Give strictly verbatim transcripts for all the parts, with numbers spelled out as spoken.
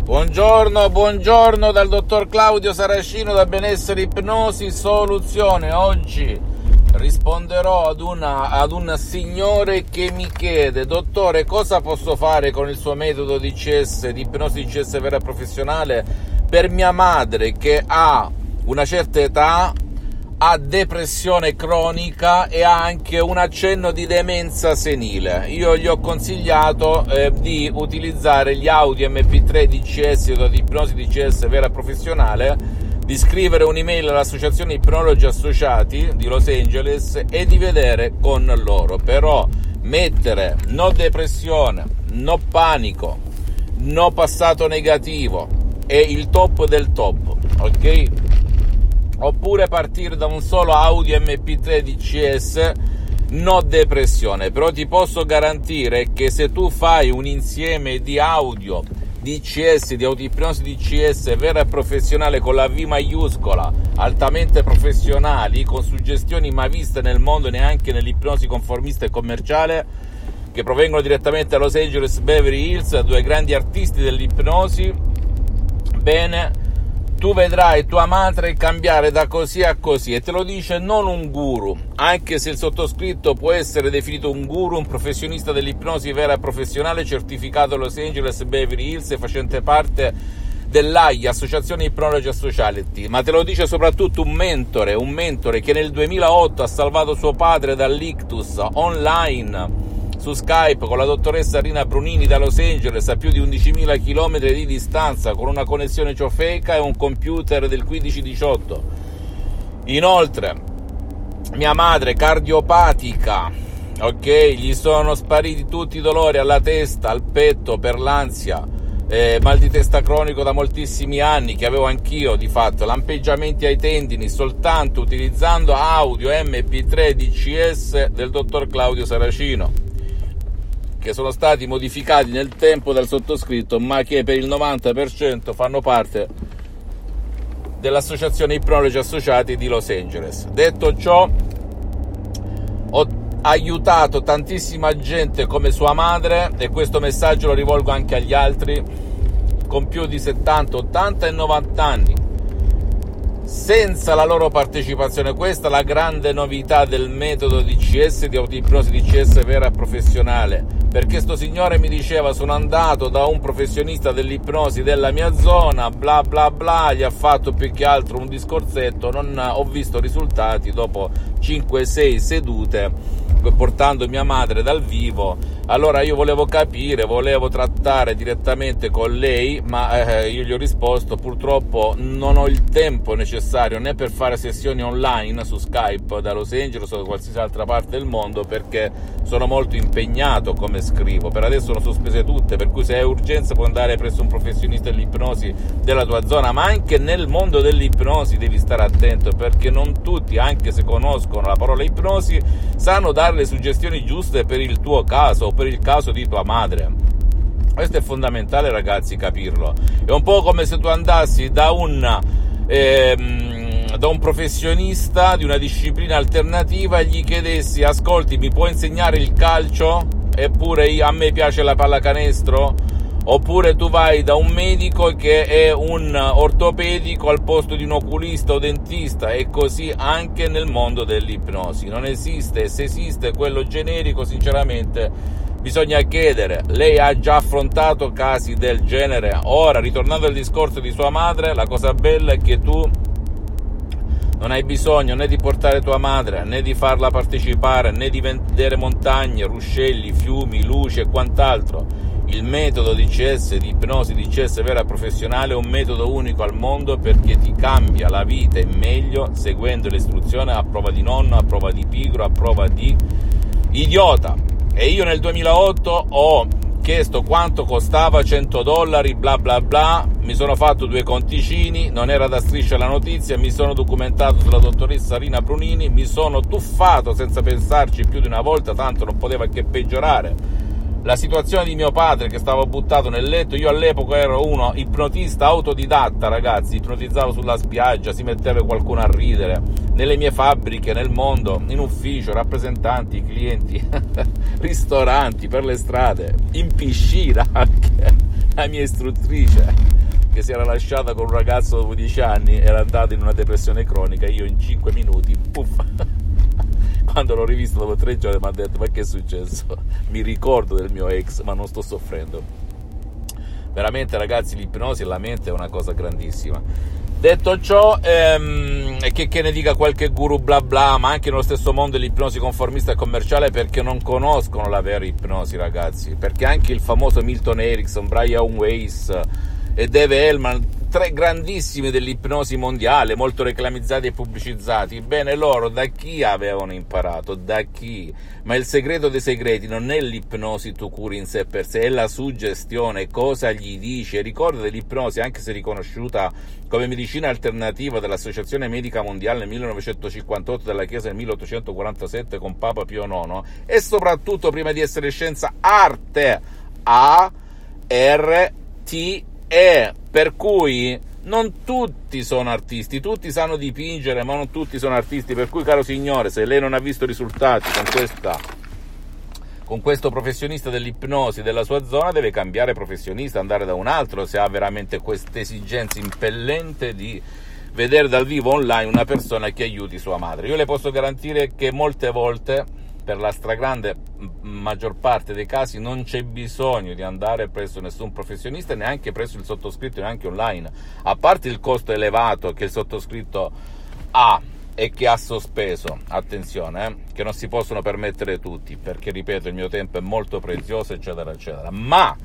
Buongiorno, buongiorno dal dottor Claudio Saracino da Benessere Ipnosi Soluzione. Oggi risponderò ad, una, ad un signore che mi chiede: dottore, cosa posso fare con il suo metodo di C S, di ipnosi C S vera professionale, per mia madre che ha una certa età, ha depressione cronica e ha anche un accenno di demenza senile. Io gli ho consigliato eh, di utilizzare gli audio M P tre di C S o di ipnosi di C S vera professionale, di scrivere un'email all'associazione Ipnologi Associati di Los Angeles e di vedere con loro. Però mettere no depressione, no panico, no passato negativo è il top del top, ok? Oppure partire da un solo audio M P tre di C S, no depressione. Però ti posso garantire che se tu fai un insieme di audio di C S, di autoipnosi di C S vera e professionale con la V maiuscola, altamente professionali, con suggestioni mai viste nel mondo, neanche nell'ipnosi conformista e commerciale, che provengono direttamente da Los Angeles Beverly Hills, due grandi artisti dell'ipnosi, bene, tu vedrai tua madre cambiare da così a così, e te lo dice non un guru, anche se il sottoscritto può essere definito un guru, un professionista dell'ipnosi vera e professionale certificato a Los Angeles Beverly Hills e facente parte dell'A I A, Associazione Ipnologi Associati, ma te lo dice soprattutto un mentore, un mentore che nel duemilaotto ha salvato suo padre dall'ictus online su Skype con la dottoressa Rina Brunini da Los Angeles a più di undicimila chilometri di distanza, con una connessione ciofeca e un computer del quindici diciotto. Inoltre mia madre cardiopatica, ok, gli sono spariti tutti i dolori alla testa, al petto per l'ansia, eh, mal di testa cronico da moltissimi anni che avevo anch'io, di fatto lampeggiamenti ai tendini, soltanto utilizzando audio M P tre di C S del dottor Claudio Saracino, che sono stati modificati nel tempo dal sottoscritto, ma che per il novanta per cento fanno parte dell'Associazione Ipnologi Associati di Los Angeles. Detto ciò, ho aiutato tantissima gente come sua madre, e questo messaggio lo rivolgo anche agli altri, con più di settanta, ottanta e novanta anni, senza la loro partecipazione. Questa è la grande novità del metodo di C S, di autoipnosi di C S vera e professionale, perché sto signore mi diceva: sono andato da un professionista dell'ipnosi della mia zona, bla bla bla, gli ha fatto più che altro un discorsetto, non ho visto risultati dopo cinque sei sedute portando mia madre dal vivo. Allora io volevo capire, volevo trattare direttamente con lei, ma eh, io gli ho risposto: purtroppo non ho il tempo necessario né per fare sessioni online su Skype da Los Angeles o da qualsiasi altra parte del mondo, perché sono molto impegnato, come scrivo. Per adesso sono sospese tutte, per cui se hai urgenza puoi andare presso un professionista dell'ipnosi della tua zona. Ma anche nel mondo dell'ipnosi devi stare attento, perché non tutti, anche se conoscono la parola ipnosi, sanno dare le suggestioni giuste per il tuo caso o per il caso di tua madre. Questo è fondamentale, ragazzi, capirlo. È un po' come se tu andassi da un ehm, da un professionista di una disciplina alternativa e gli chiedessi: ascolti, mi puoi insegnare il calcio? Eppure io, a me piace la pallacanestro. Oppure tu vai da un medico che è un ortopedico al posto di un oculista o dentista, e così anche nel mondo dell'ipnosi. Non esiste, se esiste quello generico, sinceramente bisogna chiedere. Lei ha già affrontato casi del genere. Ora, ritornando al discorso di sua madre, la cosa bella è che tu non hai bisogno né di portare tua madre, né di farla partecipare, né di vedere montagne, ruscelli, fiumi, luci e quant'altro. Il metodo di C S, di ipnosi di C S vera e professionale, è un metodo unico al mondo, perché ti cambia la vita in meglio, seguendo le istruzioni a prova di nonno, a prova di pigro, a prova di idiota. E io nel duemilaotto ho chiesto quanto costava, cento dollari, bla bla bla, mi sono fatto due conticini, non era da striscia la notizia, mi sono documentato sulla dottoressa Rina Brunini, mi sono tuffato senza pensarci più di una volta, tanto non poteva che peggiorare la situazione di mio padre, che stava buttato nel letto. Io all'epoca ero uno ipnotista autodidatta, ragazzi, ipnotizzavo sulla spiaggia, si metteva qualcuno a ridere, nelle mie fabbriche, nel mondo, in ufficio, rappresentanti, clienti, ristoranti, per le strade, in piscina anche. la mia istruttrice, che si era lasciata con un ragazzo dopo dieci anni, era andata in una depressione cronica. Io in cinque minuti, puff, quando l'ho rivisto dopo tre giorni mi ha detto: ma che è successo? Mi ricordo del mio ex, ma non sto soffrendo. Veramente, ragazzi, l'ipnosi e la mente è una cosa grandissima. Detto ciò, ehm, che, che ne dica qualche guru bla bla, ma anche nello stesso mondo dell'ipnosi conformista e commerciale, perché non conoscono la vera ipnosi, ragazzi. Perché anche il famoso Milton Erickson, Brian Weiss e Dave Hellman, tre grandissimi dell'ipnosi mondiale, molto reclamizzati e pubblicizzati, bene, loro da chi avevano imparato? Da chi? Ma il segreto dei segreti non è l'ipnosi tu curi in sé per sé, è la suggestione, cosa gli dici. Ricorda dell'ipnosi, anche se riconosciuta come medicina alternativa dall'Associazione Medica Mondiale nel millenovecentocinquantotto, dalla Chiesa nel milleottocentoquarantasette con Papa Pio nono, e soprattutto, prima di essere scienza, arte, A R T E, per cui non tutti sono artisti, tutti sanno dipingere, ma non tutti sono artisti. Per cui, caro signore, se lei non ha visto risultati con questa con questo professionista dell'ipnosi della sua zona, deve cambiare professionista, andare da un altro, se ha veramente questa esigenza impellente di vedere dal vivo online una persona che aiuti sua madre. Io le posso garantire che molte volte, per la stragrande maggior parte dei casi, non c'è bisogno di andare presso nessun professionista, neanche presso il sottoscritto, neanche online, a parte il costo elevato che il sottoscritto ha e che ha sospeso, attenzione, eh, che non si possono permettere tutti, perché, ripeto, il mio tempo è molto prezioso, eccetera, eccetera, ma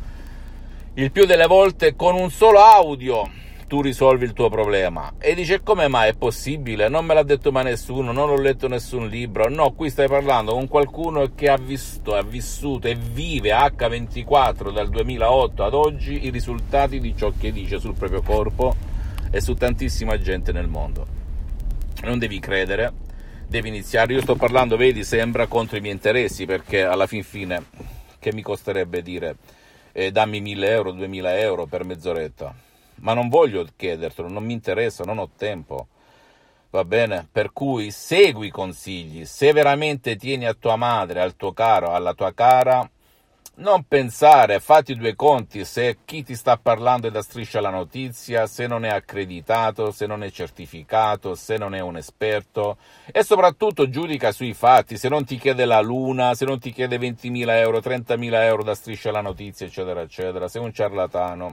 il più delle volte con un solo audio tu risolvi il tuo problema. E dice: come mai è possibile? Non me l'ha detto mai nessuno, non ho letto nessun libro. No, qui stai parlando con qualcuno che ha visto, ha vissuto e vive acca ventiquattro dal duemilaotto ad oggi i risultati di ciò che dice sul proprio corpo e su tantissima gente nel mondo. Non devi credere, devi iniziare. Io sto parlando, vedi, sembra contro i miei interessi, perché alla fin fine che mi costerebbe dire eh, dammi mille euro, duemila euro per mezz'oretta? Ma non voglio chiedertelo, non mi interessa, non ho tempo, va bene? Per cui segui i consigli. Se veramente tieni a tua madre, al tuo caro, alla tua cara, non pensare, fatti due conti, se chi ti sta parlando è da Striscia la Notizia, se non è accreditato, se non è certificato, se non è un esperto, e soprattutto giudica sui fatti. Se non ti chiede la luna, se non ti chiede ventimila euro, trentamila euro da Striscia la Notizia, eccetera, eccetera, sei un ciarlatano.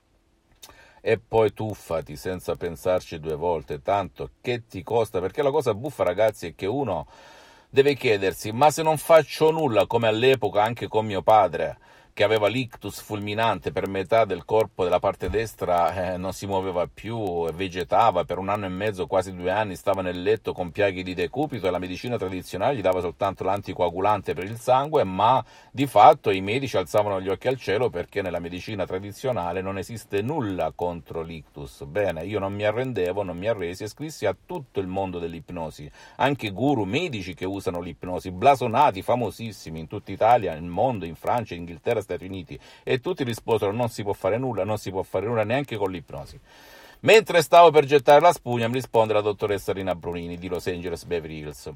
E poi tuffati senza pensarci due volte, tanto che ti costa, perché la cosa buffa, ragazzi, è che uno deve chiedersi: ma se non faccio nulla, come all'epoca anche con mio padre, che aveva l'ictus fulminante per metà del corpo della parte destra, eh, non si muoveva più, vegetava per un anno e mezzo, quasi due anni, stava nel letto con piaghe di decubito, e la medicina tradizionale gli dava soltanto l'anticoagulante per il sangue, ma di fatto i medici alzavano gli occhi al cielo, perché nella medicina tradizionale non esiste nulla contro l'ictus. Bene, io non mi arrendevo, non mi arresi e scrissi a tutto il mondo dell'ipnosi, anche guru medici che usano l'ipnosi, blasonati, famosissimi in tutta Italia, nel mondo, in Francia, in Inghilterra, Stati Uniti, e tutti risposero: non si può fare nulla, non si può fare nulla neanche con l'ipnosi. Mentre stavo per gettare la spugna, mi risponde la dottoressa Rina Brunini di Los Angeles Beverly Hills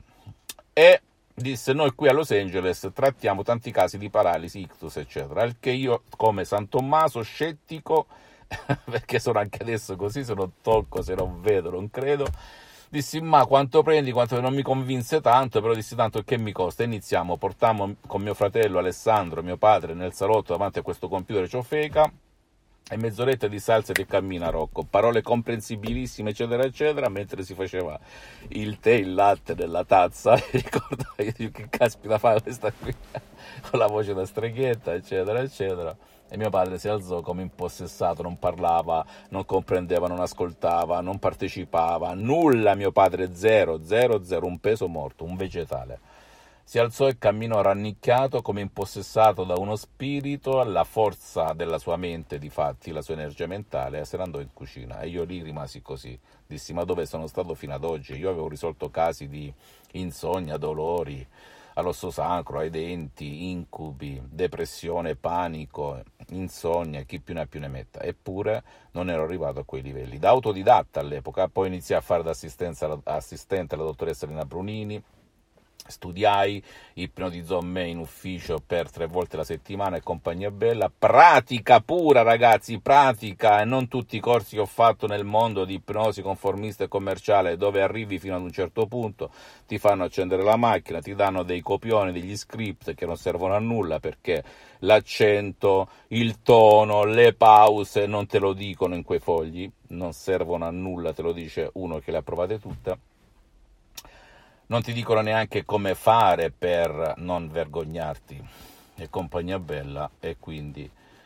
e disse: noi qui a Los Angeles trattiamo tanti casi di paralisi, ictus, eccetera. Al che io, come San Tommaso, scettico, perché sono anche adesso così, se non tocco, se non vedo, non credo, dissi: ma quanto prendi? Quanto? Non mi convinse tanto, però dissi: tanto che mi costa? Iniziamo, portammo con mio fratello Alessandro, mio padre, nel salotto davanti a questo computer ciofeca, e mezz'oretta di salsa e cammina Rocco, parole comprensibilissime, eccetera, eccetera, mentre si faceva il tè, il latte nella tazza. Mi ricordo, io dico: che caspita fa questa qui? Con la voce da streghetta, eccetera, eccetera. E mio padre si alzò come impossessato, non parlava, non comprendeva, non ascoltava, non partecipava, nulla. Mio padre zero, zero, zero, un peso morto, un vegetale. Si alzò e camminò rannicchiato, come impossessato da uno spirito, la forza della sua mente, difatti, la sua energia mentale, e se ne andò in cucina. E io lì rimasi così, dissi: ma dove sono stato fino ad oggi? Io avevo risolto casi di insonnia, dolori all'osso sacro, ai denti, incubi, depressione, panico, insonnia, chi più ne ha più ne metta. Eppure non ero arrivato a quei livelli. Da autodidatta all'epoca, poi iniziai a fare da assistente alla dottoressa Rina Brunini, Studiai, ipnotizzò me in ufficio per tre volte la settimana e compagnia bella. Pratica pura, ragazzi, pratica, e non tutti i corsi che ho fatto nel mondo di ipnosi conformista e commerciale, dove arrivi fino ad un certo punto, ti fanno accendere la macchina, ti danno dei copioni, degli script che non servono a nulla, perché l'accento, il tono, le pause non te lo dicono in quei fogli, non servono a nulla, te lo dice uno che le ha provate tutte. Non ti dicono neanche come fare per non vergognarti e compagnia bella, e quindi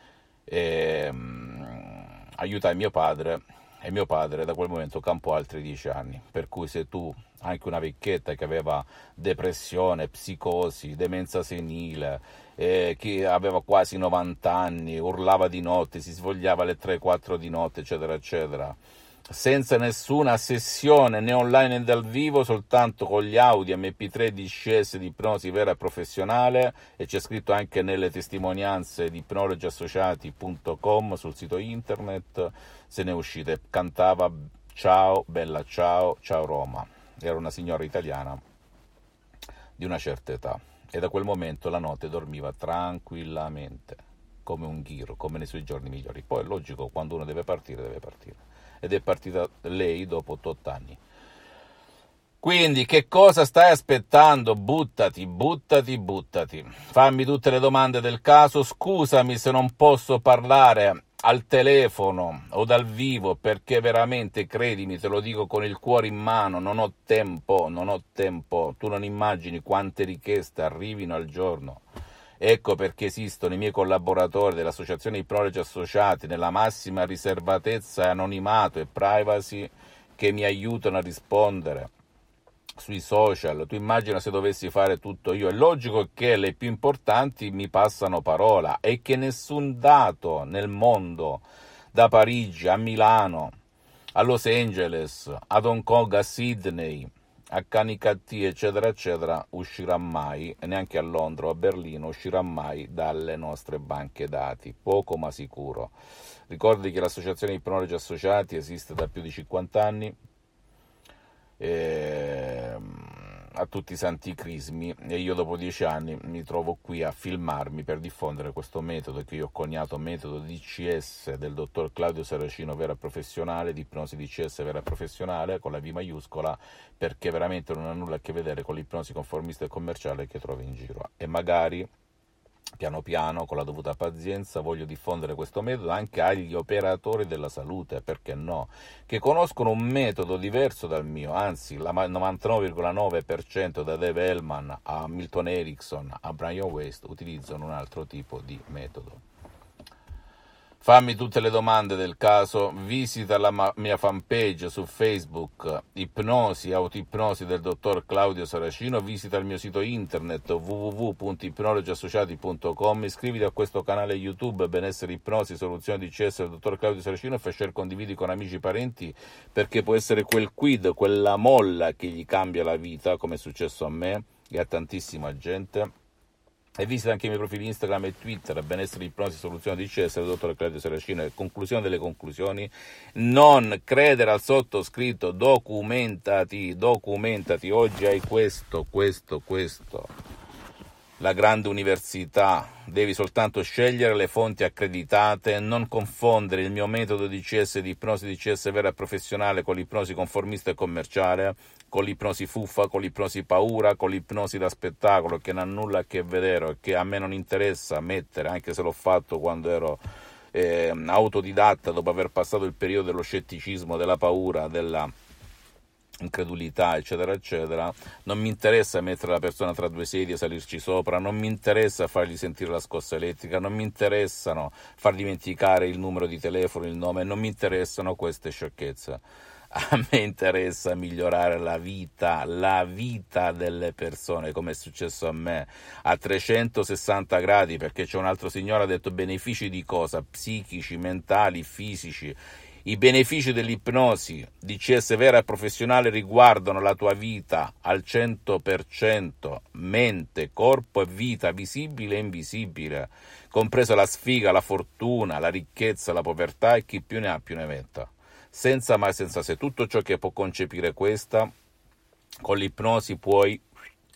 ehm, aiutai mio padre, e mio padre da quel momento campò altri dieci anni, per cui se tu, anche una vecchietta che aveva depressione, psicosi, demenza senile, eh, che aveva quasi novanta anni, urlava di notte, si svogliava alle tre quattro di notte, eccetera, eccetera, senza nessuna sessione né online né dal vivo, soltanto con gli audio M P tre D C S di ipnosi vera e professionale, e c'è scritto anche nelle testimonianze di ipnologi associati punto com sul sito internet, se ne è uscita e cantava ciao bella ciao, ciao Roma. Era una signora italiana di una certa età, e da quel momento la notte dormiva tranquillamente come un ghiro, come nei suoi giorni migliori. Poi è logico, quando uno deve partire deve partire, ed è partita lei dopo otto anni. Quindi che cosa stai aspettando? Buttati, buttati, buttati. Fammi tutte le domande del caso. Scusami se non posso parlare al telefono o dal vivo, perché veramente, credimi, te lo dico con il cuore in mano, non ho tempo, non ho tempo. Tu non immagini quante richieste arrivino al giorno. Ecco perché esistono i miei collaboratori dell'Associazione Ipnologi Associati nella massima riservatezza e anonimato e privacy, che mi aiutano a rispondere sui social. Tu immagina se dovessi fare tutto io. È logico che le più importanti mi passano parola e che nessun dato nel mondo, da Parigi a Milano, a Los Angeles, ad Hong Kong, a Sydney, a Canicattì, eccetera, eccetera, uscirà mai, e neanche a Londra o a Berlino uscirà mai dalle nostre banche dati, poco ma sicuro. Ricordi che l'Associazione Ipnologi Associati esiste da più di cinquanta anni, e a tutti i santi crismi, e io dopo dieci anni mi trovo qui a filmarmi per diffondere questo metodo che io ho coniato, metodo D C S del dottor Claudio Saracino vera professionale, di ipnosi D C S vera professionale con la V maiuscola, perché veramente non ha nulla a che vedere con l'ipnosi conformista e commerciale che trovi in giro. E magari piano piano, con la dovuta pazienza, voglio diffondere questo metodo anche agli operatori della salute, perché no, che conoscono un metodo diverso dal mio, anzi il novantanove virgola nove per cento, da Dave Hellman a Milton Erickson a Brian Weiss, utilizzano un altro tipo di metodo. Fammi tutte le domande del caso, visita la mia fanpage su Facebook, Ipnosi, Autoipnosi del dottor Claudio Saracino, visita il mio sito internet w w w punto ipnologi associati punto com, iscriviti a questo canale YouTube Benessere Ipnosi, Soluzioni D C S del dottor Claudio Saracino, e fai share, condividi con amici e parenti, perché può essere quel quid, quella molla che gli cambia la vita, come è successo a me e a tantissima gente. E visita anche i miei profili Instagram e Twitter, Benessere Ipnosi, Soluzioni D C S del dottor Claudio Saracino. E conclusione delle conclusioni: non credere al sottoscritto, documentati, documentati. Oggi hai questo, questo, questo, la grande università, devi soltanto scegliere le fonti accreditate, non confondere il mio metodo D C S di ipnosi D C S vera e professionale con l'ipnosi conformista e commerciale, con l'ipnosi fuffa, con l'ipnosi paura, con l'ipnosi da spettacolo, che non ha nulla a che vedere e che a me non interessa mettere, anche se l'ho fatto quando ero eh, autodidatta, dopo aver passato il periodo dello scetticismo, della paura, della incredulità, eccetera, eccetera. Non mi interessa mettere la persona tra due sedie e salirci sopra, non mi interessa fargli sentire la scossa elettrica, non mi interessano far dimenticare il numero di telefono, il nome, non mi interessano queste sciocchezze. A me interessa migliorare la vita, la vita delle persone, come è successo a me, a trecentosessanta gradi, perché c'è un altro signore che ha detto benefici di cosa? Psichici, mentali, fisici. I benefici dell'ipnosi D C S vera e professionale riguardano la tua vita al cento per cento, mente, corpo e vita, visibile e invisibile, compresa la sfiga, la fortuna, la ricchezza, la povertà e chi più ne ha più ne metta. Senza mai, senza se, tutto ciò che può concepire questa, con l'ipnosi puoi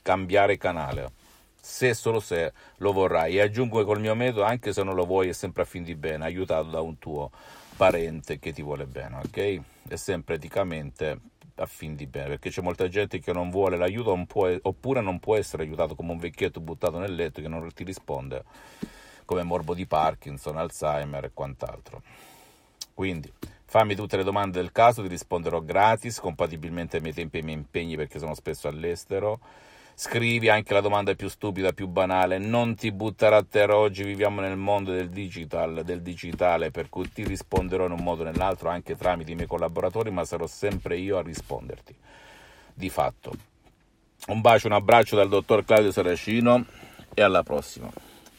cambiare canale, se solo se lo vorrai. E aggiungo che col mio metodo, anche se non lo vuoi, è sempre a fin di bene, aiutato da un tuo parente che ti vuole bene, ok? È sempre eticamente a fin di bene, perché c'è molta gente che non vuole l'aiuto, non può, oppure non può essere aiutato, come un vecchietto buttato nel letto che non ti risponde, come morbo di Parkinson, Alzheimer e quant'altro. Quindi fammi tutte le domande del caso, ti risponderò gratis, compatibilmente ai miei tempi e ai miei impegni, perché sono spesso all'estero. Scrivi anche la domanda più stupida, più banale, non ti buttare a terra, oggi viviamo nel mondo del digital, del digitale, per cui ti risponderò in un modo o nell'altro, anche tramite i miei collaboratori, ma sarò sempre io a risponderti, di fatto. Un bacio, un abbraccio dal dottor Claudio Saracino e alla prossima.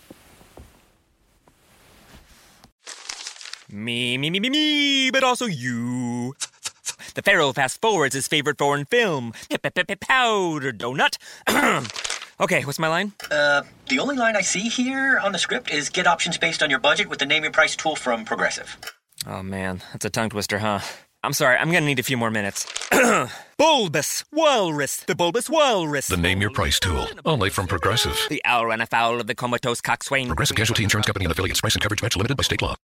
Me, me, me, me, me, but also you. The Pharaoh fast forwards his favorite foreign film, Powder Donut. Okay, what's my line? Uh, the only line I see here on the script is get options based on your budget with the Name Your Price tool from Progressive. Oh man, that's a tongue twister, huh? I'm sorry, I'm gonna need a few more minutes. Bulbous Walrus, the Bulbous Walrus. The Name Your Price tool, only from Progressive. The owl ran afoul of the comatose coxswain. Progressive Casualty Insurance Company and affiliates. Price and coverage match limited by state law.